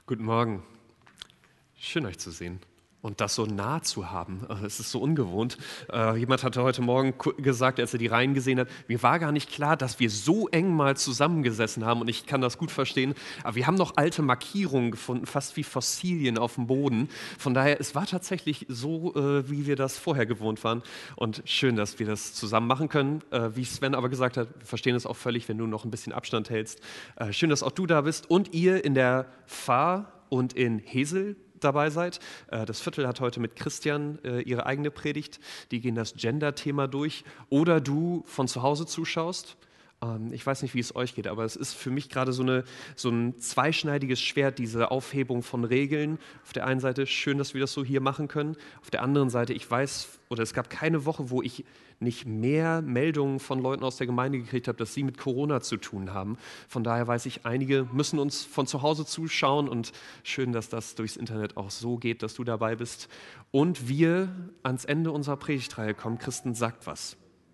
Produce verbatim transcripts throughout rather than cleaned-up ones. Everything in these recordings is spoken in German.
Guten Morgen. Schön, euch zu sehen und das so nah zu haben. Äh, Es ist so ungewohnt. Äh, jemand hatte heute Morgen ku- gesagt, als er die Reihen gesehen hat, mir war gar nicht klar, dass wir so eng mal zusammengesessen haben und ich kann das gut verstehen. Aber wir haben noch alte Markierungen gefunden, fast wie Fossilien auf dem Boden. Von daher, es war tatsächlich so, äh, wie wir das vorher gewohnt waren. Und schön, dass wir das zusammen machen können. Äh, wie Sven aber gesagt hat, wir verstehen es auch völlig, wenn du noch ein bisschen Abstand hältst. Äh, schön, dass auch du da bist und ihr in der Fahr- und in Hesel dabei seid. Äh, Das Viertel hat heute mit Christian äh, ihre eigene Predigt. Die gehen das Gender-Thema durch. Oder du von zu Hause zuschaust. Ähm, Ich weiß nicht, wie es euch geht, aber es ist für mich gerade so, eine, so ein zweischneidiges Schwert, diese Aufhebung von Regeln. Auf der einen Seite schön, dass wir das so hier machen können. Auf der anderen Seite, ich weiß, oder es gab keine Woche, wo ich nicht mehr Meldungen von Leuten aus der Gemeinde gekriegt habe, dass sie mit Corona zu tun haben. Von daher weiß ich, einige müssen uns von zu Hause zuschauen und schön, dass das durchs Internet auch so geht, dass du dabei bist. Und wir ans Ende unserer Predigtreihe kommen. Christen sagt was.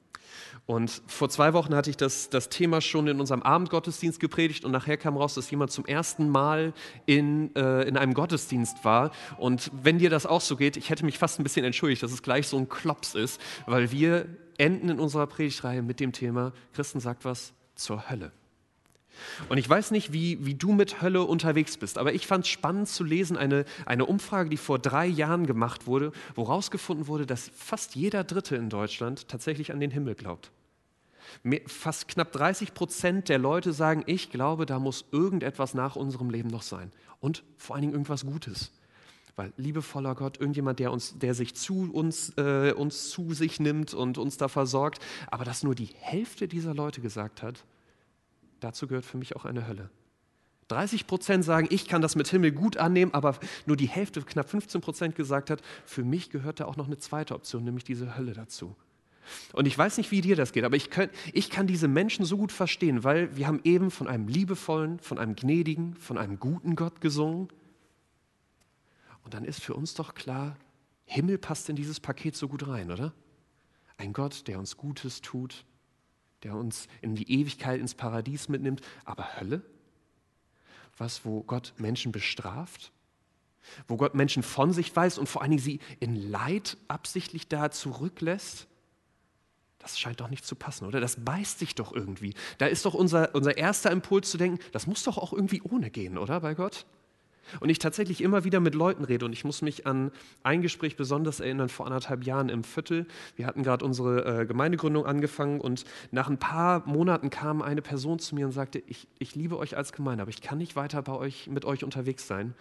Und vor zwei Wochen hatte ich das, das Thema schon in unserem Abendgottesdienst gepredigt und nachher kam raus, dass jemand zum ersten Mal in, äh, in einem Gottesdienst war. Und wenn dir das auch so geht, ich hätte mich fast ein bisschen entschuldigt, dass es gleich so ein Klops ist, weil wir enden in unserer Predigtreihe mit dem Thema Christen sagt was zur Hölle. Und ich weiß nicht, wie, wie du mit Hölle unterwegs bist, aber ich fand es spannend zu lesen, eine, eine Umfrage, die vor drei Jahren gemacht wurde, wo herausgefunden wurde, dass fast jeder Dritte in Deutschland tatsächlich an den Himmel glaubt. Mehr, fast knapp dreißig Prozent der Leute sagen, ich glaube, da muss irgendetwas nach unserem Leben noch sein. Und vor allen Dingen irgendwas Gutes. Weil liebevoller Gott, irgendjemand, der, uns, der sich zu uns, äh, uns zu sich nimmt und uns da versorgt. Aber dass nur die Hälfte dieser Leute gesagt hat, dazu gehört für mich auch eine Hölle. dreißig Prozent sagen, ich kann das mit Himmel gut annehmen, aber nur die Hälfte, knapp fünfzehn Prozent gesagt hat, für mich gehört da auch noch eine zweite Option, nämlich diese Hölle dazu. Und ich weiß nicht, wie dir das geht, aber ich, könnt, ich kann diese Menschen so gut verstehen, weil wir haben eben von einem liebevollen, von einem gnädigen, von einem guten Gott gesungen. Und dann ist für uns doch klar, Himmel passt in dieses Paket so gut rein, oder? Ein Gott, der uns Gutes tut, der uns in die Ewigkeit, ins Paradies mitnimmt. Aber Hölle? Was, wo Gott Menschen bestraft? Wo Gott Menschen von sich weist und vor allen Dingen sie in Leid absichtlich da zurücklässt? Das scheint doch nicht zu passen, oder? Das beißt sich doch irgendwie. Da ist doch unser, unser erster Impuls zu denken, das muss doch auch irgendwie ohne gehen, oder, bei Gott? Und ich tatsächlich immer wieder mit Leuten rede und ich muss mich an ein Gespräch besonders erinnern, vor anderthalb Jahren im Viertel. Wir hatten gerade unsere äh, Gemeindegründung angefangen und nach ein paar Monaten kam eine Person zu mir und sagte, ich, ich liebe euch als Gemeinde, aber ich kann nicht weiter bei euch, mit euch unterwegs sein,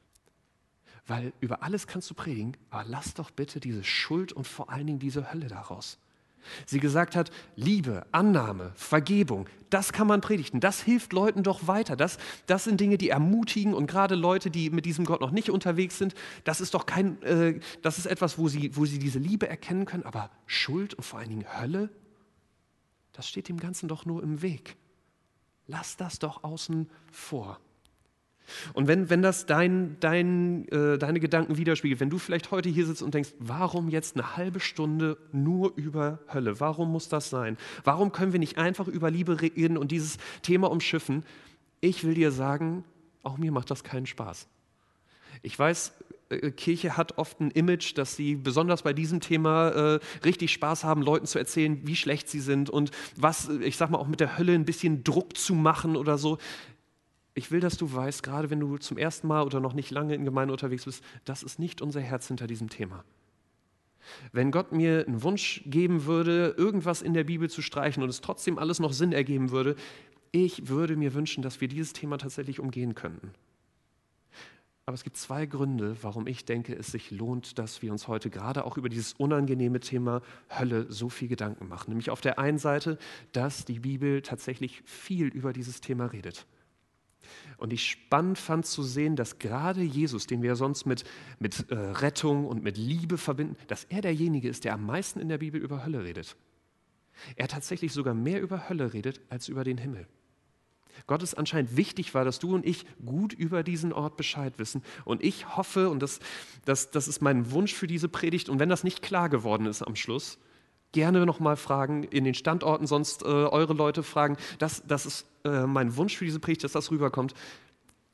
weil über alles kannst du predigen, aber lass doch bitte diese Schuld und vor allen Dingen diese Hölle daraus. Sie gesagt hat, Liebe, Annahme, Vergebung, das kann man predigen, das hilft Leuten doch weiter. Das, das sind Dinge, die ermutigen und gerade Leute, die mit diesem Gott noch nicht unterwegs sind, das ist doch kein, äh, das ist etwas, wo sie, wo sie diese Liebe erkennen können, aber Schuld und vor allen Dingen Hölle, das steht dem Ganzen doch nur im Weg. Lass das doch außen vor. Und wenn, wenn das dein, dein, äh, deine Gedanken widerspiegelt, wenn du vielleicht heute hier sitzt und denkst, warum jetzt eine halbe Stunde nur über Hölle? Warum muss das sein? Warum können wir nicht einfach über Liebe reden und dieses Thema umschiffen? Ich will dir sagen, auch mir macht das keinen Spaß. Ich weiß, äh, Kirche hat oft ein Image, dass sie besonders bei diesem Thema äh, richtig Spaß haben, Leuten zu erzählen, wie schlecht sie sind und was, ich sag mal, auch mit der Hölle ein bisschen Druck zu machen oder so. Ich will, dass du weißt, gerade wenn du zum ersten Mal oder noch nicht lange in Gemeinde unterwegs bist, das ist nicht unser Herz hinter diesem Thema. Wenn Gott mir einen Wunsch geben würde, irgendwas in der Bibel zu streichen und es trotzdem alles noch Sinn ergeben würde, ich würde mir wünschen, dass wir dieses Thema tatsächlich umgehen könnten. Aber es gibt zwei Gründe, warum ich denke, es sich lohnt, dass wir uns heute gerade auch über dieses unangenehme Thema Hölle so viel Gedanken machen. Nämlich auf der einen Seite, dass die Bibel tatsächlich viel über dieses Thema redet. Und ich spannend fand zu sehen, dass gerade Jesus, den wir sonst mit, mit äh, Rettung und mit Liebe verbinden, dass er derjenige ist, der am meisten in der Bibel über Hölle redet. Er tatsächlich sogar mehr über Hölle redet als über den Himmel. Gott ist anscheinend wichtig war, dass du und ich gut über diesen Ort Bescheid wissen. Und ich hoffe, und das, das, das ist mein Wunsch für diese Predigt, und wenn das nicht klar geworden ist am Schluss, gerne nochmal fragen, in den Standorten sonst äh, eure Leute fragen. Das, das ist äh, mein Wunsch für diese Predigt, dass das rüberkommt.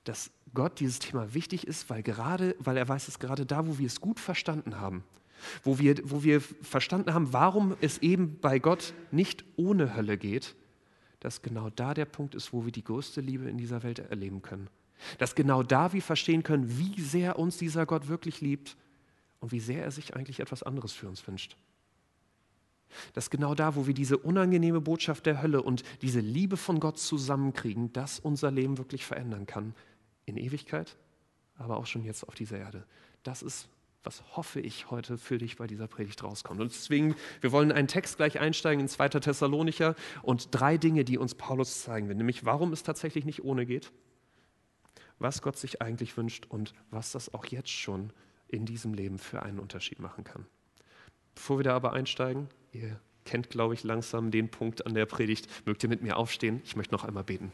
dass Gott dieses Thema wichtig ist, weil, gerade, weil er weiß, dass gerade da, wo wir es gut verstanden haben, wo wir, wo wir verstanden haben, warum es eben bei Gott nicht ohne Hölle geht, dass genau da der Punkt ist, wo wir die größte Liebe in dieser Welt erleben können. Dass genau da wir verstehen können, wie sehr uns dieser Gott wirklich liebt und wie sehr er sich eigentlich etwas anderes für uns wünscht. Dass genau da, wo wir diese unangenehme Botschaft der Hölle und diese Liebe von Gott zusammenkriegen, das unser Leben wirklich verändern kann. In Ewigkeit, aber auch schon jetzt auf dieser Erde. Das ist, was hoffe ich heute für dich bei dieser Predigt rauskommt. Und deswegen, wir wollen einen Text gleich einsteigen in zweiter Thessalonicher und drei Dinge, die uns Paulus zeigen will. Nämlich, warum es tatsächlich nicht ohne geht, was Gott sich eigentlich wünscht und was das auch jetzt schon in diesem Leben für einen Unterschied machen kann. Bevor wir da aber einsteigen, ihr kennt, glaube ich, langsam den Punkt an der Predigt, mögt ihr mit mir aufstehen? Ich möchte noch einmal beten.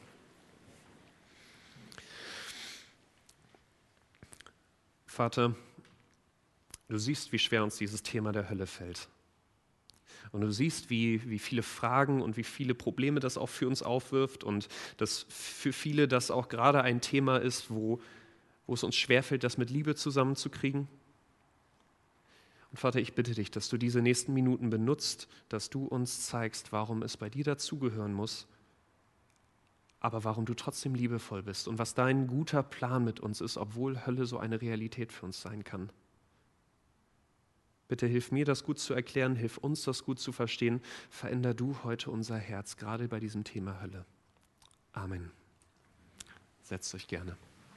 Vater, du siehst, wie schwer uns dieses Thema der Hölle fällt. Und du siehst, wie, wie viele Fragen und wie viele Probleme das auch für uns aufwirft und dass für viele das auch gerade ein Thema ist, wo, wo es uns schwerfällt, das mit Liebe zusammenzukriegen. Und Vater, ich bitte dich, dass du diese nächsten Minuten benutzt, dass du uns zeigst, warum es bei dir dazugehören muss, aber warum du trotzdem liebevoll bist und was dein guter Plan mit uns ist, obwohl Hölle so eine Realität für uns sein kann. Bitte hilf mir, das gut zu erklären, hilf uns, das gut zu verstehen. Veränder du heute unser Herz, gerade bei diesem Thema Hölle. Amen. Setzt euch gerne.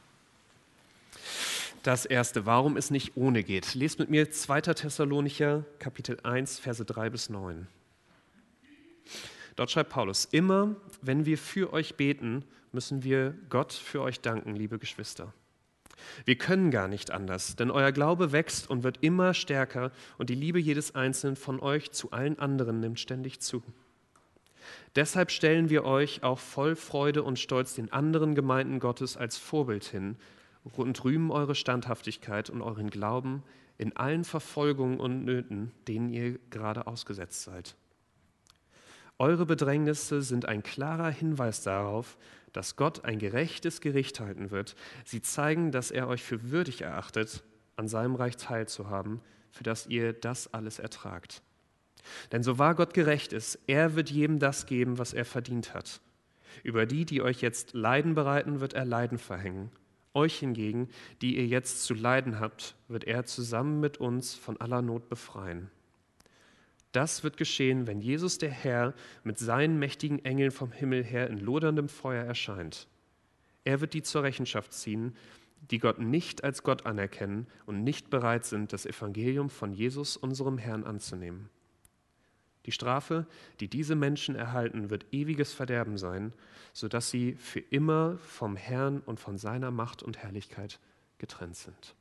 Das Erste, warum es nicht ohne geht. Lest mit mir zweiter Thessalonicher, Kapitel eins, Verse drei bis neun. Dort schreibt Paulus, immer wenn wir für euch beten, müssen wir Gott für euch danken, liebe Geschwister. Wir können gar nicht anders, denn euer Glaube wächst und wird immer stärker und die Liebe jedes Einzelnen von euch zu allen anderen nimmt ständig zu. Deshalb stellen wir euch auch voll Freude und Stolz den anderen Gemeinden Gottes als Vorbild hin und rühmen eure Standhaftigkeit und euren Glauben in allen Verfolgungen und Nöten, denen ihr gerade ausgesetzt seid. Eure Bedrängnisse sind ein klarer Hinweis darauf, dass Gott ein gerechtes Gericht halten wird. Sie zeigen, dass er euch für würdig erachtet, an seinem Reich teilzuhaben, für das ihr das alles ertragt. Denn so wahr Gott gerecht ist, er wird jedem das geben, was er verdient hat. Über die, die euch jetzt Leiden bereiten, wird er Leiden verhängen. Euch hingegen, die ihr jetzt zu leiden habt, wird er zusammen mit uns von aller Not befreien. Das wird geschehen, wenn Jesus der Herr mit seinen mächtigen Engeln vom Himmel her in loderndem Feuer erscheint. Er wird die zur Rechenschaft ziehen, die Gott nicht als Gott anerkennen und nicht bereit sind, das Evangelium von Jesus, unserem Herrn, anzunehmen. Die Strafe, die diese Menschen erhalten, wird ewiges Verderben sein, sodass sie für immer vom Herrn und von seiner Macht und Herrlichkeit getrennt sind.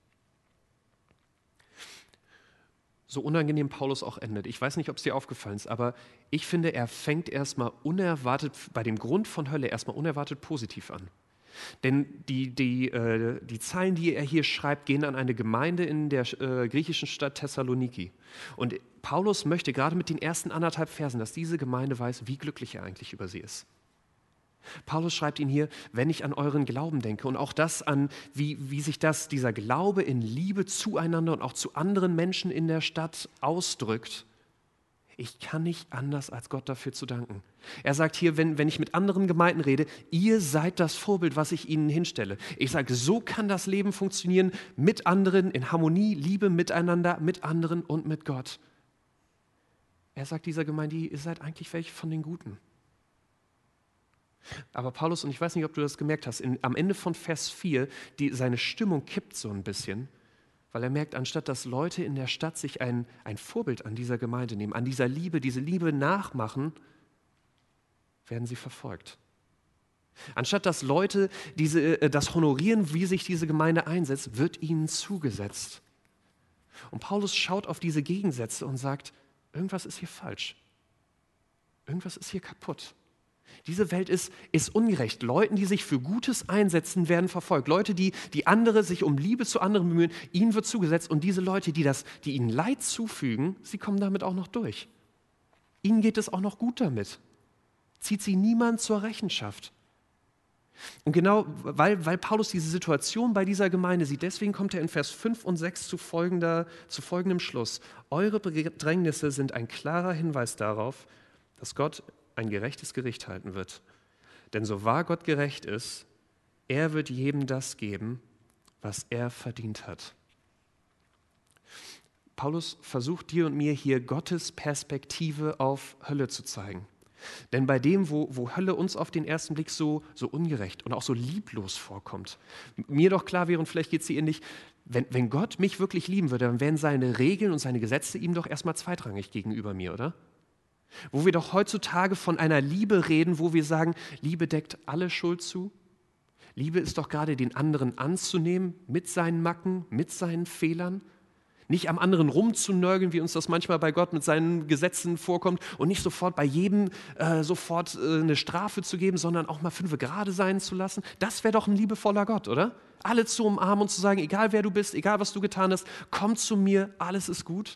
So unangenehm Paulus auch endet. Ich weiß nicht, ob es dir aufgefallen ist, aber ich finde, er fängt erstmal unerwartet, bei dem Grund von Hölle erstmal unerwartet positiv an. Denn die, die, äh, die Zeilen, die er hier schreibt, gehen an eine Gemeinde in der äh, griechischen Stadt Thessaloniki. Und Paulus möchte gerade mit den ersten anderthalb Versen, dass diese Gemeinde weiß, wie glücklich er eigentlich über sie ist. Paulus schreibt ihnen hier, wenn ich an euren Glauben denke und auch das an, wie, wie sich das, dieser Glaube in Liebe zueinander und auch zu anderen Menschen in der Stadt ausdrückt, ich kann nicht anders, als Gott dafür zu danken. Er sagt hier, wenn, wenn ich mit anderen Gemeinden rede, ihr seid das Vorbild, was ich ihnen hinstelle. Ich sage, so kann das Leben funktionieren, mit anderen, in Harmonie, Liebe miteinander, mit anderen und mit Gott. Er sagt dieser Gemeinde, ihr seid eigentlich welche von den Guten. Aber Paulus, und ich weiß nicht, ob du das gemerkt hast, in, am Ende von Vers vier, die, seine Stimmung kippt so ein bisschen, weil er merkt, anstatt dass Leute in der Stadt sich ein, ein Vorbild an dieser Gemeinde nehmen, an dieser Liebe, diese Liebe nachmachen, werden sie verfolgt. Anstatt dass Leute diese, das honorieren, wie sich diese Gemeinde einsetzt, wird ihnen zugesetzt. Und Paulus schaut auf diese Gegensätze und sagt, irgendwas ist hier falsch. Irgendwas ist hier kaputt. Diese Welt ist, ist ungerecht. Leuten, die sich für Gutes einsetzen, werden verfolgt. Leute, die, die andere sich um Liebe zu anderen bemühen, ihnen wird zugesetzt. Und diese Leute, die, das, die ihnen Leid zufügen, sie kommen damit auch noch durch. Ihnen geht es auch noch gut damit. Zieht sie niemand zur Rechenschaft. Und genau, weil, weil Paulus diese Situation bei dieser Gemeinde sieht, deswegen kommt er in Vers fünf und sechs zu, folgender, zu folgendem Schluss. Eure Bedrängnisse sind ein klarer Hinweis darauf, dass Gott ein gerechtes Gericht halten wird. Denn so wahr Gott gerecht ist, er wird jedem das geben, was er verdient hat. Paulus versucht dir und mir hier Gottes Perspektive auf Hölle zu zeigen. Denn bei dem, wo, wo Hölle uns auf den ersten Blick so, so ungerecht und auch so lieblos vorkommt, mir doch klar wäre, und vielleicht geht es dir ähnlich, wenn, wenn Gott mich wirklich lieben würde, dann wären seine Regeln und seine Gesetze ihm doch erstmal zweitrangig gegenüber mir, oder? Wo wir doch heutzutage von einer Liebe reden, wo wir sagen, Liebe deckt alle Schuld zu. Liebe ist doch gerade den anderen anzunehmen, mit seinen Macken, mit seinen Fehlern. Nicht am anderen rumzunörgeln, wie uns das manchmal bei Gott mit seinen Gesetzen vorkommt und nicht sofort bei jedem äh, sofort äh, eine Strafe zu geben, sondern auch mal fünfe gerade sein zu lassen. Das wäre doch ein liebevoller Gott, oder? Alle zu umarmen und zu sagen, egal wer du bist, egal was du getan hast, komm zu mir, alles ist gut.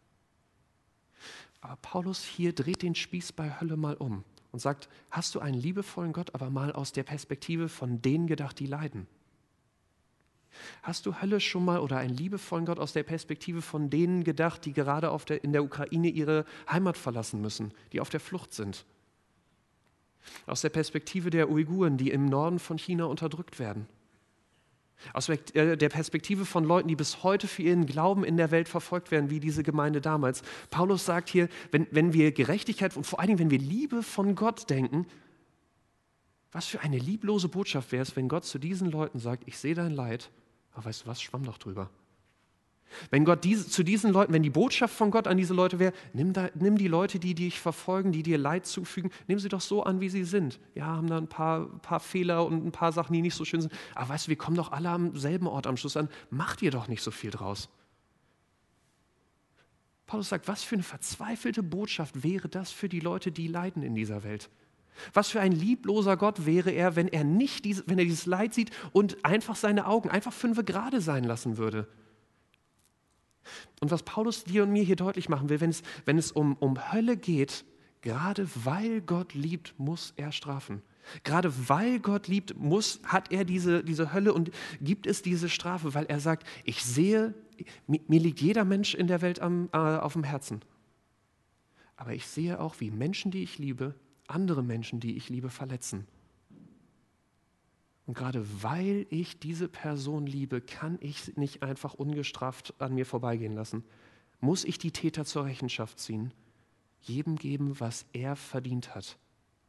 Aber Paulus hier dreht den Spieß bei Hölle mal um und sagt, hast du einen liebevollen Gott, aber mal aus der Perspektive von denen gedacht, die leiden? Hast du Hölle schon mal oder einen liebevollen Gott aus der Perspektive von denen gedacht, die gerade auf der, in der Ukraine ihre Heimat verlassen müssen, die auf der Flucht sind? Aus der Perspektive der Uiguren, die im Norden von China unterdrückt werden? Aus der Perspektive von Leuten, die bis heute für ihren Glauben in der Welt verfolgt werden, wie diese Gemeinde damals. Paulus sagt hier, wenn, wenn wir Gerechtigkeit und vor allen Dingen, wenn wir Liebe von Gott denken, was für eine lieblose Botschaft wäre es, wenn Gott zu diesen Leuten sagt, ich sehe dein Leid, aber weißt du was, schwamm doch drüber. Wenn Gott diese, zu diesen Leuten, wenn die Botschaft von Gott an diese Leute wäre, nimm, da, nimm die Leute, die dich verfolgen, die dir Leid zufügen, nimm sie doch so an, wie sie sind. Ja, haben da ein paar, paar Fehler und ein paar Sachen, die nicht so schön sind. Aber weißt du, wir kommen doch alle am selben Ort am Schluss an. Mach dir doch nicht so viel draus. Paulus sagt, was für eine verzweifelte Botschaft wäre das für die Leute, die leiden in dieser Welt? Was für ein liebloser Gott wäre er, wenn er nicht diese, wenn er dieses Leid sieht und einfach seine Augen einfach fünfe gerade sein lassen würde. Und was Paulus dir und mir hier deutlich machen will, wenn es, wenn es um, um Hölle geht, gerade weil Gott liebt, muss er strafen. Gerade weil Gott liebt, muss, hat er diese, diese Hölle und gibt es diese Strafe, weil er sagt, ich sehe, mir, mir liegt jeder Mensch in der Welt am, äh, auf dem Herzen. Aber ich sehe auch, wie Menschen, die ich liebe, andere Menschen, die ich liebe, verletzen. Und gerade weil ich diese Person liebe, kann ich nicht einfach ungestraft an mir vorbeigehen lassen. Muss ich die Täter zur Rechenschaft ziehen, jedem geben, was er verdient hat.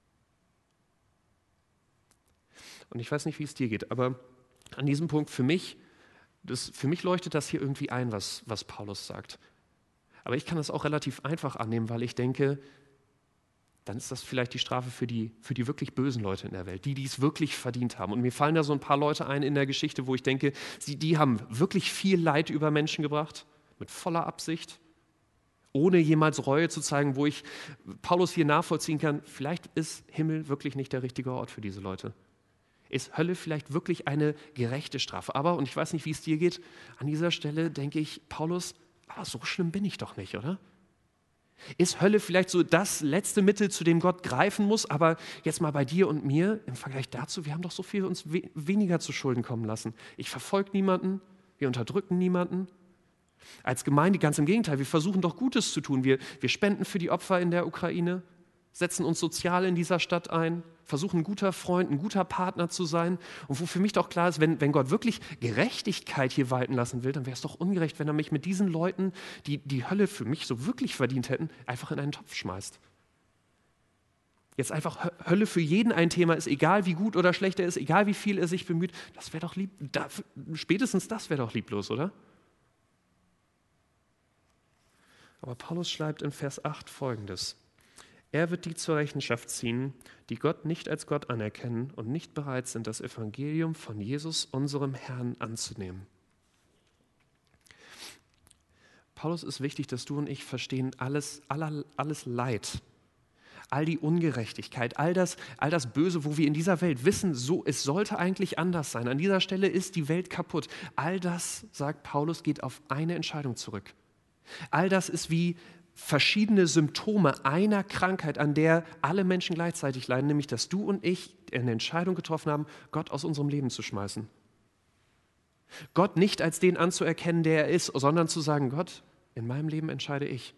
Und ich weiß nicht, wie es dir geht, aber an diesem Punkt für mich, das, für mich leuchtet das hier irgendwie ein, was, was Paulus sagt. Aber ich kann das auch relativ einfach annehmen, weil ich denke, dann ist das vielleicht die Strafe für die, für die wirklich bösen Leute in der Welt, die, die es wirklich verdient haben. Und mir fallen da so ein paar Leute ein in der Geschichte, wo ich denke, sie, die haben wirklich viel Leid über Menschen gebracht, mit voller Absicht, ohne jemals Reue zu zeigen, wo ich Paulus hier nachvollziehen kann, vielleicht ist Himmel wirklich nicht der richtige Ort für diese Leute. Ist Hölle vielleicht wirklich eine gerechte Strafe? Aber, und ich weiß nicht, wie es dir geht, an dieser Stelle denke ich, Paulus, aber so schlimm bin ich doch nicht, oder? Ist Hölle vielleicht so das letzte Mittel, zu dem Gott greifen muss? Aber jetzt mal bei dir und mir, im Vergleich dazu, wir haben doch so viel uns we- weniger zu Schulden kommen lassen. Ich verfolge niemanden, wir unterdrücken niemanden. Als Gemeinde ganz im Gegenteil, wir versuchen doch Gutes zu tun. Wir, wir spenden für die Opfer in der Ukraine, setzen uns sozial in dieser Stadt ein, versuchen ein guter Freund, ein guter Partner zu sein. Und wo für mich doch klar ist, wenn, wenn Gott wirklich Gerechtigkeit hier walten lassen will, dann wäre es doch ungerecht, wenn er mich mit diesen Leuten, die die Hölle für mich so wirklich verdient hätten, einfach in einen Topf schmeißt. Jetzt einfach Hölle für jeden ein Thema ist, egal wie gut oder schlecht er ist, egal wie viel er sich bemüht, das wäre doch lieb, da, spätestens das wäre doch lieblos, oder? Aber Paulus schreibt in Vers acht Folgendes. Er wird die zur Rechenschaft ziehen, die Gott nicht als Gott anerkennen und nicht bereit sind, das Evangelium von Jesus, unserem Herrn, anzunehmen. Paulus ist wichtig, dass du und ich verstehen, alles, aller, alles Leid, all die Ungerechtigkeit, all das, all das Böse, wo wir in dieser Welt wissen, so, es sollte eigentlich anders sein. An dieser Stelle ist die Welt kaputt. All das, sagt Paulus, geht auf eine Entscheidung zurück. All das ist wie verschiedene Symptome einer Krankheit, an der alle Menschen gleichzeitig leiden, nämlich dass du und ich eine Entscheidung getroffen haben, Gott aus unserem Leben zu schmeißen. Gott nicht als den anzuerkennen, der er ist, sondern zu sagen, Gott, in meinem Leben entscheide ich.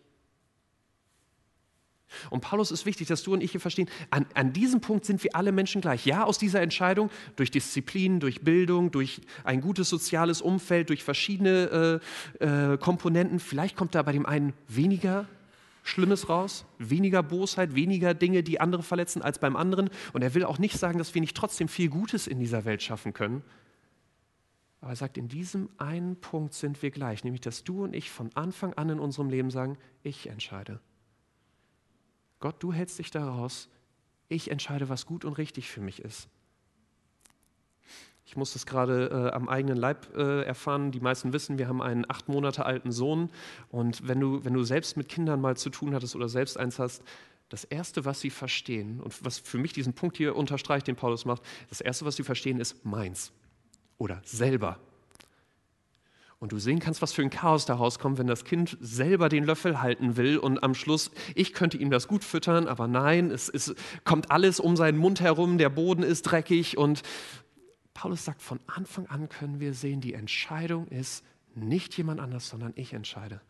Und Paulus ist wichtig, dass du und ich hier verstehen, an, an diesem Punkt sind wir alle Menschen gleich. Ja, aus dieser Entscheidung, durch Disziplin, durch Bildung, durch ein gutes soziales Umfeld, durch verschiedene äh, äh, Komponenten, vielleicht kommt da bei dem einen weniger Schlimmes raus, weniger Bosheit, weniger Dinge, die andere verletzen als beim anderen. Und er will auch nicht sagen, dass wir nicht trotzdem viel Gutes in dieser Welt schaffen können. Aber er sagt, in diesem einen Punkt sind wir gleich, nämlich dass du und ich von Anfang an in unserem Leben sagen, ich entscheide. Gott, du hältst dich da raus, ich entscheide, was gut und richtig für mich ist. Ich muss das gerade äh, am eigenen Leib äh, erfahren. Die meisten wissen, wir haben einen acht Monate alten Sohn. Und wenn du, wenn du selbst mit Kindern mal zu tun hattest oder selbst eins hast, das Erste, was sie verstehen, und was für mich diesen Punkt hier unterstreicht, den Paulus macht, das Erste, was sie verstehen, ist meins oder selber. Und du sehen kannst, was für ein Chaos da rauskommt, wenn das Kind selber den Löffel halten will und am Schluss, ich könnte ihm das gut füttern, aber nein, es, es kommt alles um seinen Mund herum, der Boden ist dreckig. Und Paulus sagt, von Anfang an können wir sehen, die Entscheidung ist nicht jemand anders, sondern ich entscheide.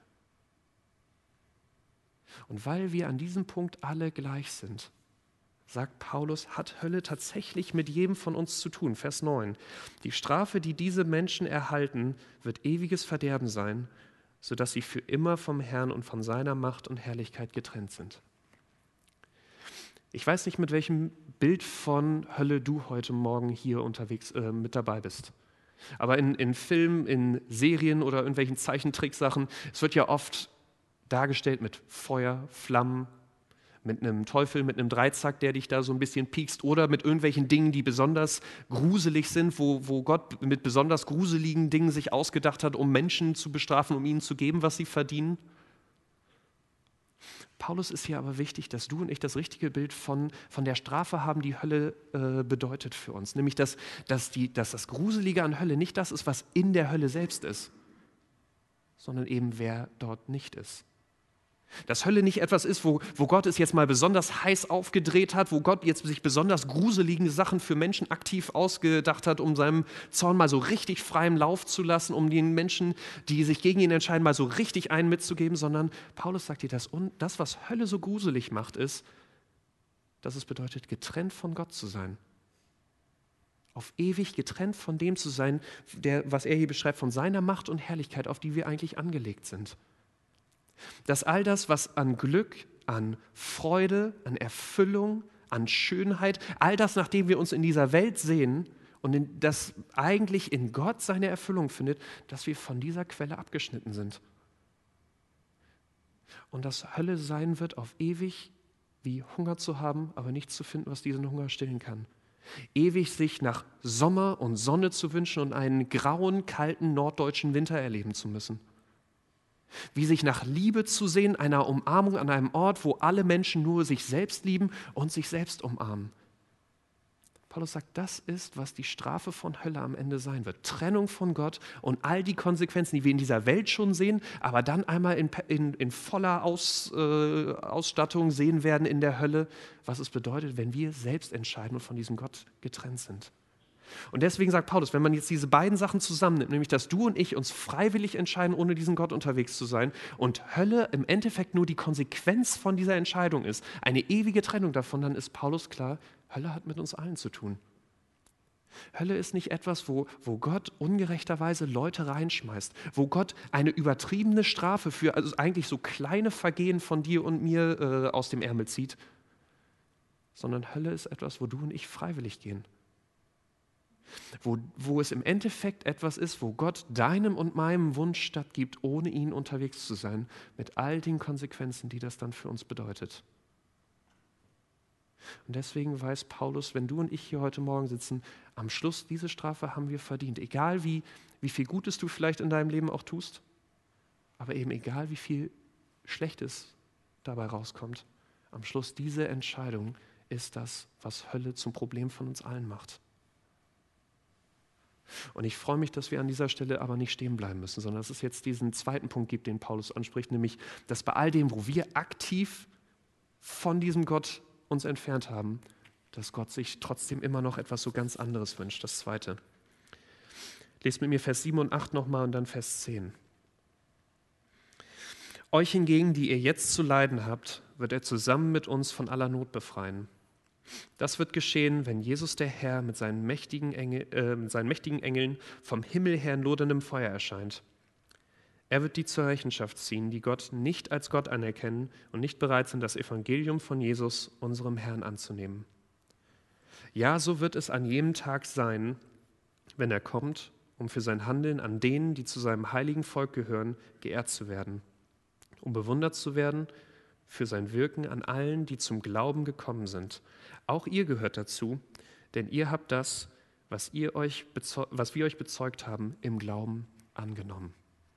Und weil wir an diesem Punkt alle gleich sind, sagt Paulus, hat Hölle tatsächlich mit jedem von uns zu tun. Vers neun. Die Strafe, die diese Menschen erhalten, wird ewiges Verderben sein, sodass sie für immer vom Herrn und von seiner Macht und Herrlichkeit getrennt sind. Ich weiß nicht, mit welchem Bild von Hölle du heute Morgen hier unterwegs äh, mit dabei bist. Aber in, in Filmen, in Serien oder irgendwelchen Zeichentricksachen, es wird ja oft dargestellt mit Feuer, Flammen, mit einem Teufel, mit einem Dreizack, der dich da so ein bisschen piekst, oder mit irgendwelchen Dingen, die besonders gruselig sind, wo, wo Gott mit besonders gruseligen Dingen sich ausgedacht hat, um Menschen zu bestrafen, um ihnen zu geben, was sie verdienen. Paulus ist hier aber wichtig, dass du und ich das richtige Bild von, von der Strafe haben, die Hölle äh, bedeutet für uns. Nämlich, dass, dass, die, dass das Gruselige an Hölle nicht das ist, was in der Hölle selbst ist, sondern eben wer dort nicht ist. Dass Hölle nicht etwas ist, wo, wo Gott es jetzt mal besonders heiß aufgedreht hat, wo Gott jetzt sich besonders gruselige Sachen für Menschen aktiv ausgedacht hat, um seinem Zorn mal so richtig freien Lauf zu lassen, um den Menschen, die sich gegen ihn entscheiden, mal so richtig einen mitzugeben, sondern Paulus sagt dir, das, und das, was Hölle so gruselig macht, ist, dass es bedeutet, getrennt von Gott zu sein. Auf ewig getrennt von dem zu sein, der, was er hier beschreibt, von seiner Macht und Herrlichkeit, auf die wir eigentlich angelegt sind. Dass all das, was an Glück, an Freude, an Erfüllung, an Schönheit, all das, nach dem wir uns in dieser Welt sehen und in, das eigentlich in Gott seine Erfüllung findet, dass wir von dieser Quelle abgeschnitten sind. Und dass Hölle sein wird, auf ewig wie Hunger zu haben, aber nichts zu finden, was diesen Hunger stillen kann. Ewig sich nach Sommer und Sonne zu wünschen und einen grauen, kalten norddeutschen Winter erleben zu müssen. Wie sich nach Liebe zu sehen, einer Umarmung an einem Ort, wo alle Menschen nur sich selbst lieben und sich selbst umarmen. Paulus sagt, das ist, was die Strafe von Hölle am Ende sein wird. Trennung von Gott und all die Konsequenzen, die wir in dieser Welt schon sehen, aber dann einmal in, in, in voller Aus, äh, Ausstattung sehen werden in der Hölle, was es bedeutet, wenn wir selbst entscheiden und von diesem Gott getrennt sind. Und deswegen sagt Paulus, wenn man jetzt diese beiden Sachen zusammennimmt, nämlich dass du und ich uns freiwillig entscheiden, ohne diesen Gott unterwegs zu sein, und Hölle im Endeffekt nur die Konsequenz von dieser Entscheidung ist, eine ewige Trennung davon, dann ist Paulus klar, Hölle hat mit uns allen zu tun. Hölle ist nicht etwas, wo, wo Gott ungerechterweise Leute reinschmeißt, wo Gott eine übertriebene Strafe für also eigentlich so kleine Vergehen von dir und mir äh, aus dem Ärmel zieht, sondern Hölle ist etwas, wo du und ich freiwillig gehen. Wo, wo es im Endeffekt etwas ist, wo Gott deinem und meinem Wunsch stattgibt, ohne ihn unterwegs zu sein, mit all den Konsequenzen, die das dann für uns bedeutet. Und deswegen weiß Paulus, wenn du und ich hier heute Morgen sitzen, am Schluss, diese Strafe haben wir verdient. Egal wie, wie viel Gutes du vielleicht in deinem Leben auch tust, aber eben egal wie viel Schlechtes dabei rauskommt, am Schluss diese Entscheidung ist das, was Hölle zum Problem von uns allen macht. Und ich freue mich, dass wir an dieser Stelle aber nicht stehen bleiben müssen, sondern dass es jetzt diesen zweiten Punkt gibt, den Paulus anspricht, nämlich, dass bei all dem, wo wir aktiv von diesem Gott uns entfernt haben, dass Gott sich trotzdem immer noch etwas so ganz anderes wünscht. Das Zweite. Lest mit mir Vers sieben und acht nochmal und dann Vers zehn. Euch hingegen, die ihr jetzt zu leiden habt, wird er zusammen mit uns von aller Not befreien. Das wird geschehen, wenn Jesus der Herr mit seinen mächtigen, Engel, äh, mit seinen mächtigen Engeln vom Himmel her in loderndem Feuer erscheint. Er wird die zur Rechenschaft ziehen, die Gott nicht als Gott anerkennen und nicht bereit sind, das Evangelium von Jesus, unserem Herrn, anzunehmen. Ja, so wird es an jedem Tag sein, wenn er kommt, um für sein Handeln an denen, die zu seinem heiligen Volk gehören, geehrt zu werden, um bewundert zu werden für sein Wirken an allen, die zum Glauben gekommen sind. Auch ihr gehört dazu, denn ihr habt das, was, ihr euch bezeu- was wir euch bezeugt haben, im Glauben angenommen.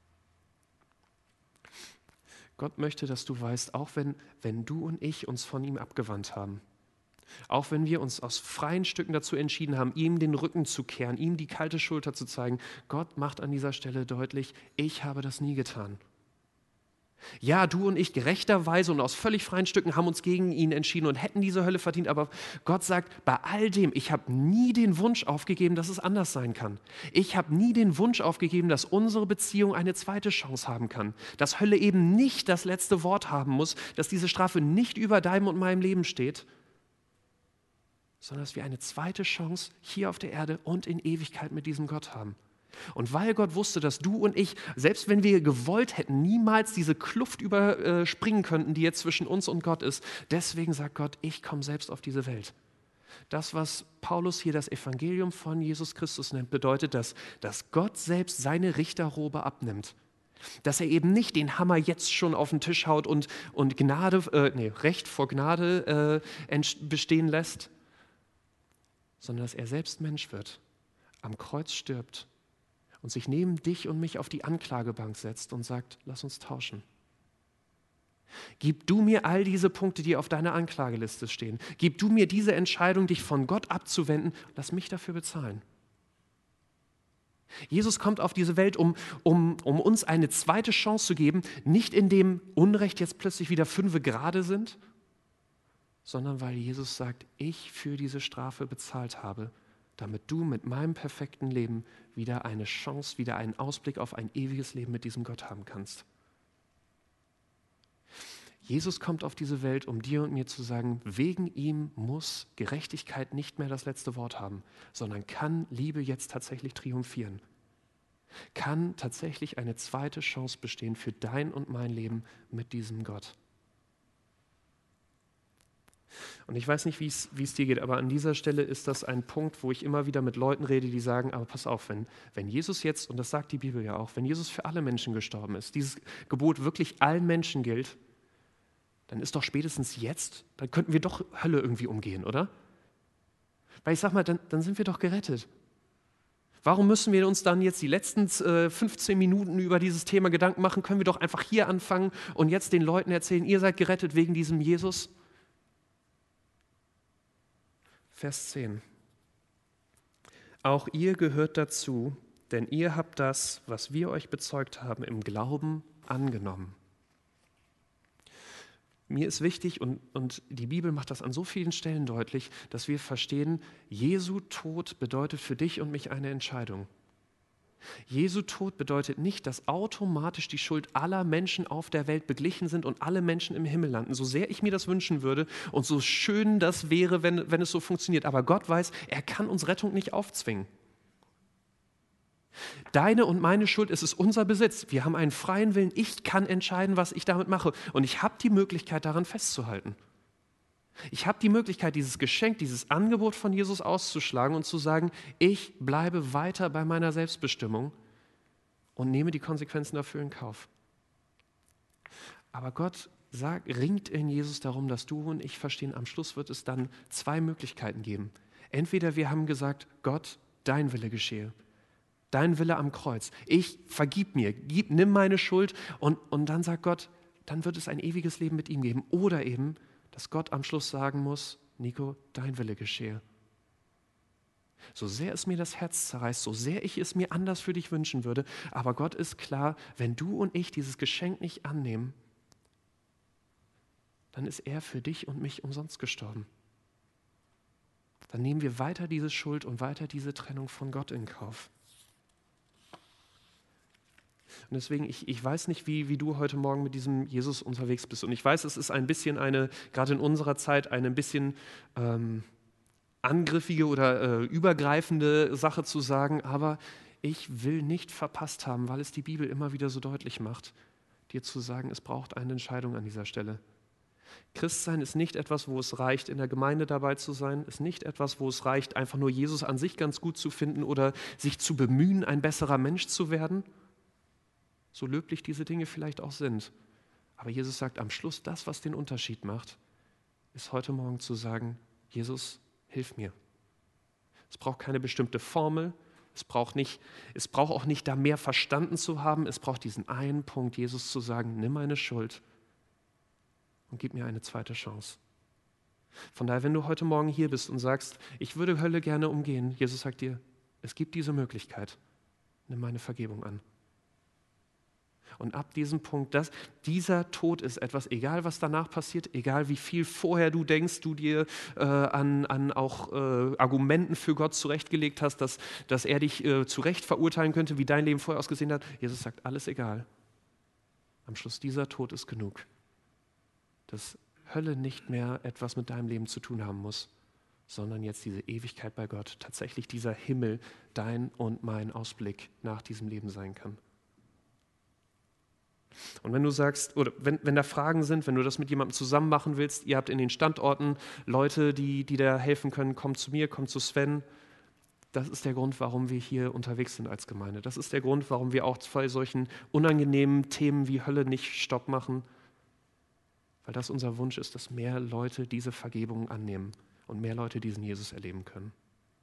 Gott möchte, dass du weißt, auch wenn, wenn du und ich uns von ihm abgewandt haben, auch wenn wir uns aus freien Stücken dazu entschieden haben, ihm den Rücken zu kehren, ihm die kalte Schulter zu zeigen, Gott macht an dieser Stelle deutlich, ich habe das nie getan. Ja, du und ich gerechterweise und aus völlig freien Stücken haben uns gegen ihn entschieden und hätten diese Hölle verdient, aber Gott sagt, bei all dem, ich habe nie den Wunsch aufgegeben, dass es anders sein kann. Ich habe nie den Wunsch aufgegeben, dass unsere Beziehung eine zweite Chance haben kann, dass Hölle eben nicht das letzte Wort haben muss, dass diese Strafe nicht über deinem und meinem Leben steht, sondern dass wir eine zweite Chance hier auf der Erde und in Ewigkeit mit diesem Gott haben. Und weil Gott wusste, dass du und ich, selbst wenn wir gewollt hätten, niemals diese Kluft überspringen könnten, die jetzt zwischen uns und Gott ist, deswegen sagt Gott, ich komme selbst auf diese Welt. Das, was Paulus hier das Evangelium von Jesus Christus nennt, bedeutet, dass, dass Gott selbst seine Richterrobe abnimmt. Dass er eben nicht den Hammer jetzt schon auf den Tisch haut und, und Gnade, äh, nee, Recht vor Gnade äh, bestehen lässt, sondern dass er selbst Mensch wird, am Kreuz stirbt und sich neben dich und mich auf die Anklagebank setzt und sagt, lass uns tauschen. Gib du mir all diese Punkte, die auf deiner Anklageliste stehen. Gib du mir diese Entscheidung, dich von Gott abzuwenden. Lass mich dafür bezahlen. Jesus kommt auf diese Welt, um, um, um uns eine zweite Chance zu geben, nicht indem Unrecht jetzt plötzlich wieder fünfe gerade sind, sondern weil Jesus sagt, ich für diese Strafe bezahlt habe, damit du mit meinem perfekten Leben wieder eine Chance, wieder einen Ausblick auf ein ewiges Leben mit diesem Gott haben kannst. Jesus kommt auf diese Welt, um dir und mir zu sagen, wegen ihm muss Gerechtigkeit nicht mehr das letzte Wort haben, sondern kann Liebe jetzt tatsächlich triumphieren. Kann tatsächlich eine zweite Chance bestehen für dein und mein Leben mit diesem Gott. Und ich weiß nicht, wie es wie es dir geht, aber an dieser Stelle ist das ein Punkt, wo ich immer wieder mit Leuten rede, die sagen, aber pass auf, wenn, wenn Jesus jetzt, und das sagt die Bibel ja auch, wenn Jesus für alle Menschen gestorben ist, dieses Gebot wirklich allen Menschen gilt, dann ist doch spätestens jetzt, dann könnten wir doch Hölle irgendwie umgehen, oder? Weil ich sag mal, dann, dann sind wir doch gerettet. Warum müssen wir uns dann jetzt die letzten äh, fünfzehn Minuten über dieses Thema Gedanken machen? Können wir doch einfach hier anfangen und jetzt den Leuten erzählen, ihr seid gerettet wegen diesem Jesus? Vers zehn. Auch ihr gehört dazu, denn ihr habt das, was wir euch bezeugt haben, im Glauben angenommen. Mir ist wichtig, und, und die Bibel macht das an so vielen Stellen deutlich, dass wir verstehen, Jesu Tod bedeutet für dich und mich eine Entscheidung. Jesu Tod bedeutet nicht, dass automatisch die Schuld aller Menschen auf der Welt beglichen sind und alle Menschen im Himmel landen. So sehr ich mir das wünschen würde und so schön das wäre, wenn, wenn es so funktioniert. Aber Gott weiß, er kann uns Rettung nicht aufzwingen. Deine und meine Schuld ist es unser Besitz. Wir haben einen freien Willen. Ich kann entscheiden, was ich damit mache. Und ich habe die Möglichkeit, daran festzuhalten. Ich habe die Möglichkeit, dieses Geschenk, dieses Angebot von Jesus auszuschlagen und zu sagen, ich bleibe weiter bei meiner Selbstbestimmung und nehme die Konsequenzen dafür in Kauf. Aber Gott sagt, ringt in Jesus darum, dass du und ich verstehen, am Schluss wird es dann zwei Möglichkeiten geben. Entweder wir haben gesagt, Gott, dein Wille geschehe. Dein Wille am Kreuz. Ich vergib mir, gib, nimm meine Schuld und, und dann sagt Gott, dann wird es ein ewiges Leben mit ihm geben. Oder eben, dass Gott am Schluss sagen muss, Nico, dein Wille geschehe. So sehr es mir das Herz zerreißt, so sehr ich es mir anders für dich wünschen würde, aber Gott ist klar, wenn du und ich dieses Geschenk nicht annehmen, dann ist er für dich und mich umsonst gestorben. dann nehmen wir weiter diese Schuld und weiter diese Trennung von Gott in Kauf. Und deswegen, ich, ich weiß nicht, wie, wie du heute Morgen mit diesem Jesus unterwegs bist. Und ich weiß, es ist ein bisschen eine, gerade in unserer Zeit, eine ein bisschen ähm, angriffige oder äh, übergreifende Sache zu sagen, aber ich will nicht verpasst haben, weil es die Bibel immer wieder so deutlich macht, dir zu sagen, es braucht eine Entscheidung an dieser Stelle. Christsein ist nicht etwas, wo es reicht, in der Gemeinde dabei zu sein, ist nicht etwas, wo es reicht, einfach nur Jesus an sich ganz gut zu finden oder sich zu bemühen, ein besserer Mensch zu werden, so löblich diese Dinge vielleicht auch sind. Aber Jesus sagt am Schluss, das, was den Unterschied macht, ist heute Morgen zu sagen, Jesus, hilf mir. Es braucht keine bestimmte Formel, es braucht, nicht, es braucht auch nicht da mehr verstanden zu haben, es braucht diesen einen Punkt, Jesus zu sagen, nimm meine Schuld und gib mir eine zweite Chance. Von daher, wenn du heute Morgen hier bist und sagst, ich würde Hölle gerne umgehen, Jesus sagt dir, es gibt diese Möglichkeit, nimm meine Vergebung an. Und ab diesem Punkt, dass dieser Tod ist etwas, egal was danach passiert, egal wie viel vorher du denkst, du dir äh, an, an auch äh, Argumenten für Gott zurechtgelegt hast, dass, dass er dich äh, zu Recht verurteilen könnte, wie dein Leben vorher ausgesehen hat. Jesus sagt, alles egal. Am Schluss, dieser Tod ist genug. Dass Hölle nicht mehr etwas mit deinem Leben zu tun haben muss, sondern jetzt diese Ewigkeit bei Gott, tatsächlich dieser Himmel, dein und mein Ausblick nach diesem Leben sein kann. Und wenn du sagst, oder wenn, wenn da Fragen sind, wenn du das mit jemandem zusammen machen willst, ihr habt in den Standorten Leute, die, die da helfen können, komm zu mir, komm zu Sven. Das ist der Grund, warum wir hier unterwegs sind als Gemeinde. Das ist der Grund, warum wir auch bei solchen unangenehmen Themen wie Hölle nicht Stopp machen, weil das unser Wunsch ist, dass mehr Leute diese Vergebung annehmen und mehr Leute diesen Jesus erleben können.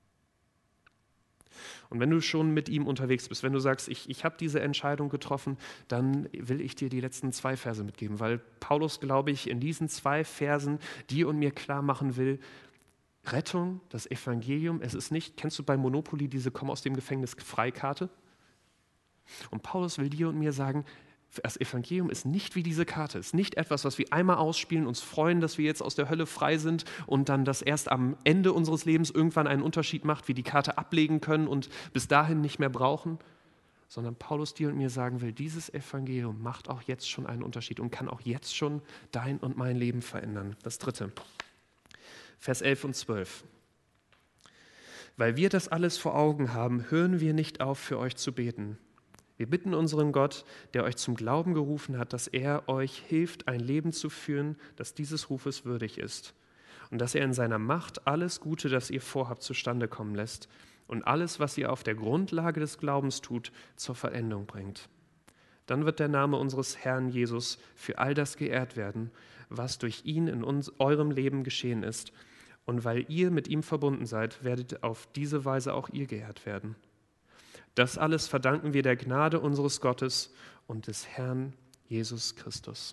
Und wenn du schon mit ihm unterwegs bist, wenn du sagst, ich, ich habe diese Entscheidung getroffen, dann will ich dir die letzten zwei Verse mitgeben, weil Paulus, glaube ich, in diesen zwei Versen dir und mir klar machen will, Rettung, das Evangelium, es ist nicht, kennst du bei Monopoly diese Komm aus dem Gefängnis Freikarte? Und Paulus will dir und mir sagen, das Evangelium ist nicht wie diese Karte, ist nicht etwas, was wir einmal ausspielen, uns freuen, dass wir jetzt aus der Hölle frei sind und dann das erst am Ende unseres Lebens irgendwann einen Unterschied macht, wir die Karte ablegen können und bis dahin nicht mehr brauchen, sondern Paulus dir und mir sagen will, dieses Evangelium macht auch jetzt schon einen Unterschied und kann auch jetzt schon dein und mein Leben verändern. Das dritte, Vers elf und zwölf. Weil wir das alles vor Augen haben, hören wir nicht auf, für euch zu beten. Wir bitten unseren Gott, der euch zum Glauben gerufen hat, dass er euch hilft, ein Leben zu führen, das dieses Rufes würdig ist. Und dass er in seiner Macht alles Gute, das ihr vorhabt, zustande kommen lässt und alles, was ihr auf der Grundlage des Glaubens tut, zur Vollendung bringt. Dann wird der Name unseres Herrn Jesus für all das geehrt werden, was durch ihn in uns, eurem Leben geschehen ist. Und weil ihr mit ihm verbunden seid, werdet auf diese Weise auch ihr geehrt werden. Das alles verdanken wir der Gnade unseres Gottes und des Herrn Jesus Christus.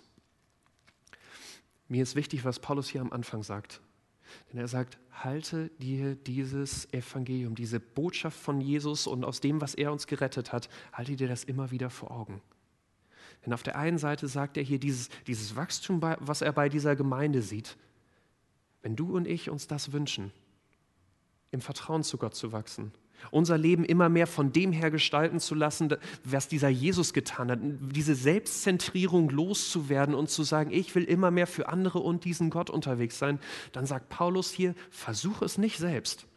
Mir ist wichtig, was Paulus hier am Anfang sagt. Denn er sagt, halte dir dieses Evangelium, diese Botschaft von Jesus und aus dem, was er uns gerettet hat, halte dir das immer wieder vor Augen. Denn auf der einen Seite sagt er hier dieses, dieses Wachstum, was er bei dieser Gemeinde sieht. Wenn du und ich uns das wünschen, im Vertrauen zu Gott zu wachsen, unser Leben immer mehr von dem her gestalten zu lassen, was dieser Jesus getan hat, diese Selbstzentrierung loszuwerden und zu sagen, ich will immer mehr für andere und diesen Gott unterwegs sein, dann sagt Paulus hier, versuch es nicht selbst.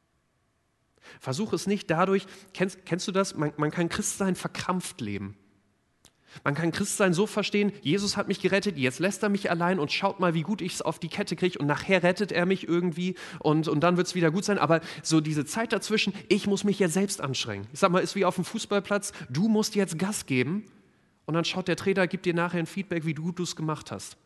Versuch es nicht dadurch, kennst, kennst du das? Man, man kann Christsein verkrampft leben. Man kann Christsein so verstehen, Jesus hat mich gerettet, jetzt lässt er mich allein und schaut mal, wie gut ich es auf die Kette kriege und nachher rettet er mich irgendwie und, und dann wird es wieder gut sein. Aber so diese Zeit dazwischen, ich muss mich jetzt selbst anstrengen. Ich sag mal, ist wie auf dem Fußballplatz, du musst jetzt Gas geben und dann schaut der Trainer, gibt dir nachher ein Feedback, wie gut du es gemacht hast.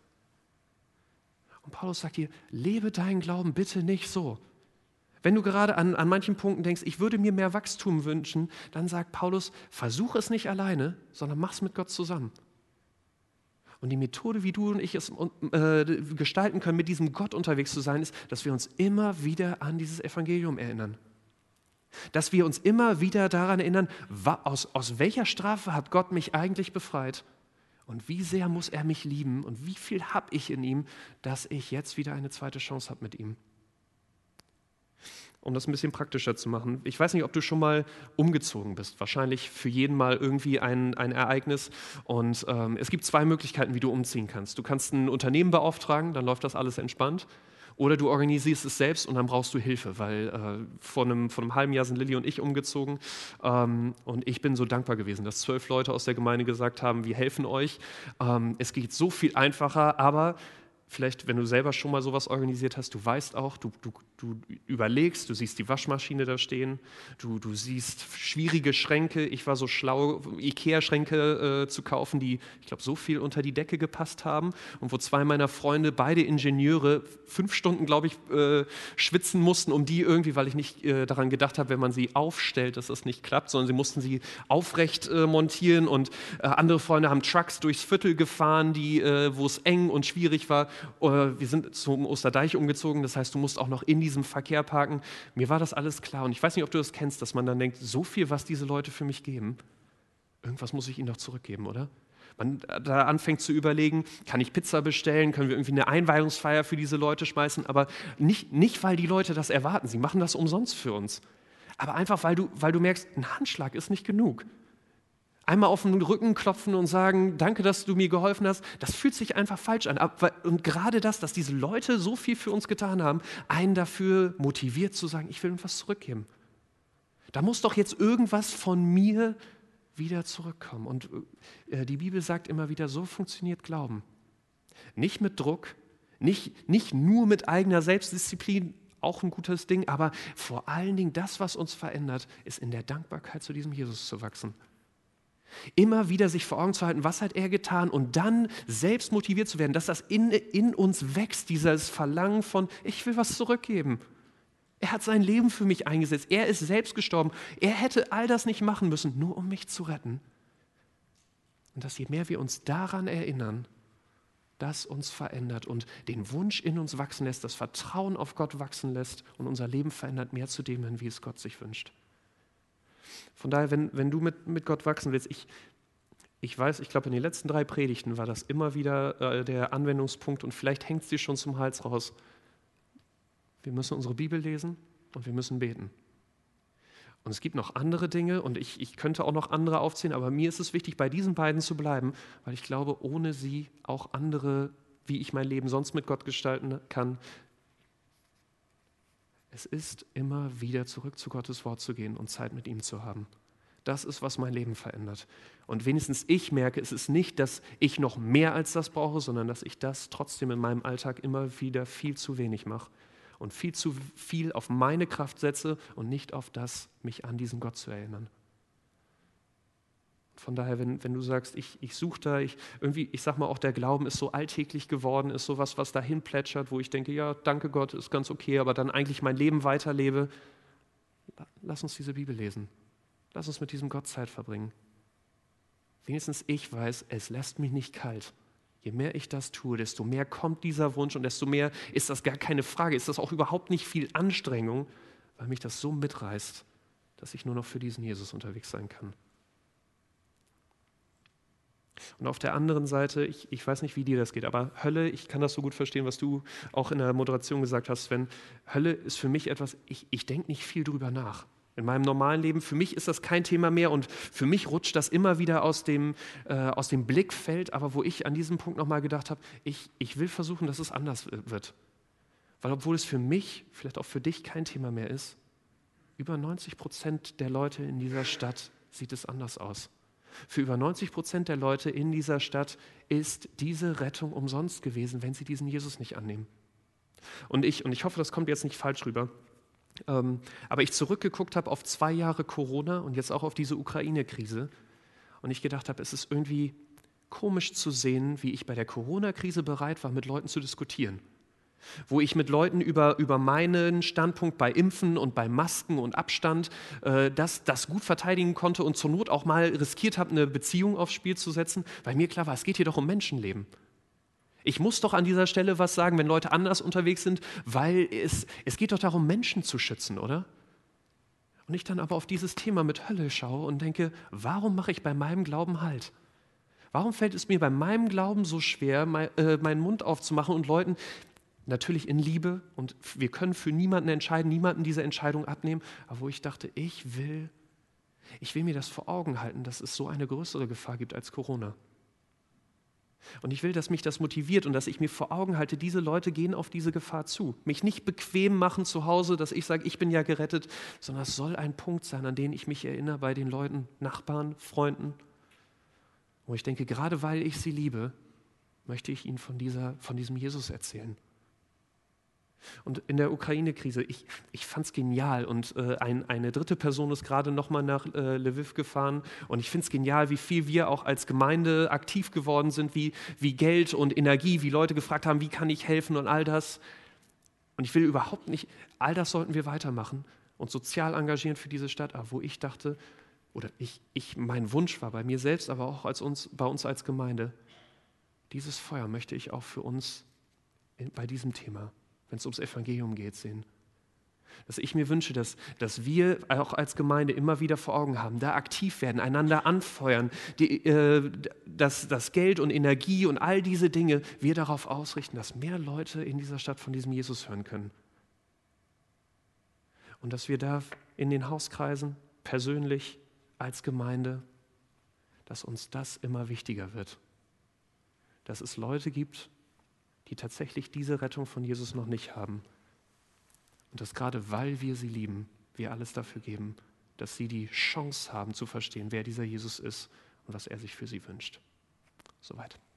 Und Paulus sagt hier, lebe deinen Glauben bitte nicht so. Wenn du gerade an, an manchen Punkten denkst, ich würde mir mehr Wachstum wünschen, dann sagt Paulus, versuch es nicht alleine, sondern mach es mit Gott zusammen. Und die Methode, wie du und ich es äh, gestalten können, mit diesem Gott unterwegs zu sein, ist, dass wir uns immer wieder an dieses Evangelium erinnern. Dass wir uns immer wieder daran erinnern, aus, aus welcher Strafe hat Gott mich eigentlich befreit und wie sehr muss er mich lieben und wie viel habe ich in ihm, dass ich jetzt wieder eine zweite Chance habe mit ihm. Um das ein bisschen praktischer zu machen. Ich weiß nicht, ob du schon mal umgezogen bist. Wahrscheinlich für jeden Mal irgendwie ein, ein Ereignis. Und ähm, es gibt zwei Möglichkeiten, wie du umziehen kannst. Du kannst ein Unternehmen beauftragen, dann läuft das alles entspannt. Oder du organisierst es selbst und dann brauchst du Hilfe, weil äh, vor, einem, vor einem halben Jahr sind Lilly und ich umgezogen. Ähm, und ich bin so dankbar gewesen, dass zwölf Leute aus der Gemeinde gesagt haben, wir helfen euch. Ähm, es geht so viel einfacher, aber vielleicht, wenn du selber schon mal sowas organisiert hast, du weißt auch, du, du, du überlegst, du siehst die Waschmaschine da stehen, du, du siehst schwierige Schränke. Ich war so schlau, Ikea-Schränke äh, zu kaufen, die, ich glaube, so viel unter die Decke gepasst haben und wo zwei meiner Freunde, beide Ingenieure, fünf Stunden, glaube ich, äh, schwitzen mussten, um die irgendwie, weil ich nicht äh, daran gedacht habe, wenn man sie aufstellt, dass das nicht klappt, sondern sie mussten sie aufrecht äh, montieren und äh, andere Freunde haben Trucks durchs Viertel gefahren, die, äh, wo es eng und schwierig war. Wir sind zum Osterdeich umgezogen, das heißt, du musst auch noch in diesem Verkehr parken. Mir war das alles klar und ich weiß nicht, ob du das kennst, dass man dann denkt, so viel, was diese Leute für mich geben, irgendwas muss ich ihnen doch zurückgeben, oder? Man da anfängt zu überlegen, kann ich Pizza bestellen, können wir irgendwie eine Einweihungsfeier für diese Leute schmeißen, aber nicht, nicht weil die Leute das erwarten, sie machen das umsonst für uns, aber einfach, weil du, weil du merkst, ein Handschlag ist nicht genug. Einmal auf den Rücken klopfen und sagen, danke, dass du mir geholfen hast, das fühlt sich einfach falsch an. Und gerade das, dass diese Leute so viel für uns getan haben, einen dafür motiviert zu sagen, ich will ihnen was zurückgeben. Da muss doch jetzt irgendwas von mir wieder zurückkommen. Und äh, die Bibel sagt immer wieder, so funktioniert Glauben. Nicht mit Druck, nicht, nicht nur mit eigener Selbstdisziplin, auch ein gutes Ding, aber vor allen Dingen das, was uns verändert, ist in der Dankbarkeit zu diesem Jesus zu wachsen. Immer wieder sich vor Augen zu halten, was hat er getan und dann selbst motiviert zu werden, dass das in, in uns wächst, dieses Verlangen von, ich will was zurückgeben. Er hat sein Leben für mich eingesetzt, er ist selbst gestorben, er hätte all das nicht machen müssen, nur um mich zu retten. Und dass je mehr wir uns daran erinnern, das uns verändert und den Wunsch in uns wachsen lässt, das Vertrauen auf Gott wachsen lässt und unser Leben verändert mehr zu dem hin, wie es Gott sich wünscht. Von daher, wenn, wenn du mit, mit Gott wachsen willst, ich, ich weiß, ich glaube, in den letzten drei Predigten war das immer wieder äh, der Anwendungspunkt und vielleicht hängt es dir schon zum Hals raus. Wir müssen unsere Bibel lesen und wir müssen beten. Und es gibt noch andere Dinge und ich, ich könnte auch noch andere aufzählen, aber mir ist es wichtig, bei diesen beiden zu bleiben, weil ich glaube, ohne sie auch andere, wie ich mein Leben sonst mit Gott gestalten kann, es ist immer wieder zurück zu Gottes Wort zu gehen und Zeit mit ihm zu haben. Das ist, was mein Leben verändert. Und wenigstens ich merke, es ist nicht, dass ich noch mehr als das brauche, sondern dass ich das trotzdem in meinem Alltag immer wieder viel zu wenig mache und viel zu viel auf meine Kraft setze und nicht auf das, mich an diesen Gott zu erinnern. Von daher, wenn, wenn du sagst, ich, ich suche da, ich, irgendwie, ich sag mal auch, der Glauben ist so alltäglich geworden, ist sowas, was dahin plätschert, wo ich denke, ja, danke Gott, ist ganz okay, aber dann eigentlich mein Leben weiterlebe. Lass uns diese Bibel lesen. Lass uns mit diesem Gott Zeit verbringen. Wenigstens ich weiß, es lässt mich nicht kalt. Je mehr ich das tue, desto mehr kommt dieser Wunsch und desto mehr ist das gar keine Frage, ist das auch überhaupt nicht viel Anstrengung, weil mich das so mitreißt, dass ich nur noch für diesen Jesus unterwegs sein kann. Und auf der anderen Seite, ich, ich weiß nicht, wie dir das geht, aber Hölle, ich kann das so gut verstehen, was du auch in der Moderation gesagt hast, Sven. Hölle ist für mich etwas, ich, ich denke nicht viel drüber nach. In meinem normalen Leben, für mich ist das kein Thema mehr und für mich rutscht das immer wieder aus dem, äh, aus dem Blickfeld, aber wo ich an diesem Punkt nochmal gedacht habe, ich, ich will versuchen, dass es anders wird. Weil obwohl es für mich, vielleicht auch für dich kein Thema mehr ist, über neunzig Prozent der Leute in dieser Stadt sieht es anders aus. Für über neunzig Prozent der Leute in dieser Stadt ist diese Rettung umsonst gewesen, wenn sie diesen Jesus nicht annehmen. Und ich, und ich hoffe, das kommt jetzt nicht falsch rüber, ähm, aber ich zurückgeguckt habe auf zwei Jahre Corona und jetzt auch auf diese Ukraine-Krise und ich gedacht habe, es ist irgendwie komisch zu sehen, wie ich bei der Corona-Krise bereit war, mit Leuten zu diskutieren. Wo ich mit Leuten über, über meinen Standpunkt bei Impfen und bei Masken und Abstand äh, das, das gut verteidigen konnte und zur Not auch mal riskiert habe, eine Beziehung aufs Spiel zu setzen, weil mir klar war, es geht hier doch um Menschenleben. Ich muss doch an dieser Stelle was sagen, wenn Leute anders unterwegs sind, weil es, es geht doch darum, Menschen zu schützen, oder? Und ich dann aber auf dieses Thema mit Hölle schaue und denke, warum mache ich bei meinem Glauben Halt? Warum fällt es mir bei meinem Glauben so schwer, mein, äh, meinen Mund aufzumachen und Leuten natürlich in Liebe und wir können für niemanden entscheiden, niemanden diese Entscheidung abnehmen, aber wo ich dachte, ich will, ich will mir das vor Augen halten, dass es so eine größere Gefahr gibt als Corona. Und ich will, dass mich das motiviert und dass ich mir vor Augen halte, diese Leute gehen auf diese Gefahr zu. Mich nicht bequem machen zu Hause, dass ich sage, ich bin ja gerettet, sondern es soll ein Punkt sein, an den ich mich erinnere bei den Leuten, Nachbarn, Freunden, wo ich denke, gerade weil ich sie liebe, möchte ich ihnen von, dieser, von diesem Jesus erzählen. Und in der Ukraine-Krise, ich, ich fand es genial und äh, ein, eine dritte Person ist gerade nochmal nach äh, Lviv gefahren und ich finde es genial, wie viel wir auch als Gemeinde aktiv geworden sind, wie, wie Geld und Energie, wie Leute gefragt haben, wie kann ich helfen und all das. Und ich will überhaupt nicht, all das sollten wir weitermachen und sozial engagieren für diese Stadt, aber wo ich dachte, oder ich, ich, mein Wunsch war bei mir selbst, aber auch als uns, bei uns als Gemeinde, dieses Feuer möchte ich auch für uns in, bei diesem Thema, wenn es ums Evangelium geht, sehen. Dass ich mir wünsche, dass, dass wir auch als Gemeinde immer wieder vor Augen haben, da aktiv werden, einander anfeuern, die, äh, dass das Geld und Energie und all diese Dinge wir darauf ausrichten, dass mehr Leute in dieser Stadt von diesem Jesus hören können. Und dass wir da in den Hauskreisen, persönlich, als Gemeinde, dass uns das immer wichtiger wird. Dass es Leute gibt, die tatsächlich diese Rettung von Jesus noch nicht haben. Und dass gerade weil wir sie lieben, wir alles dafür geben, dass sie die Chance haben zu verstehen, wer dieser Jesus ist und was er sich für sie wünscht. Soweit.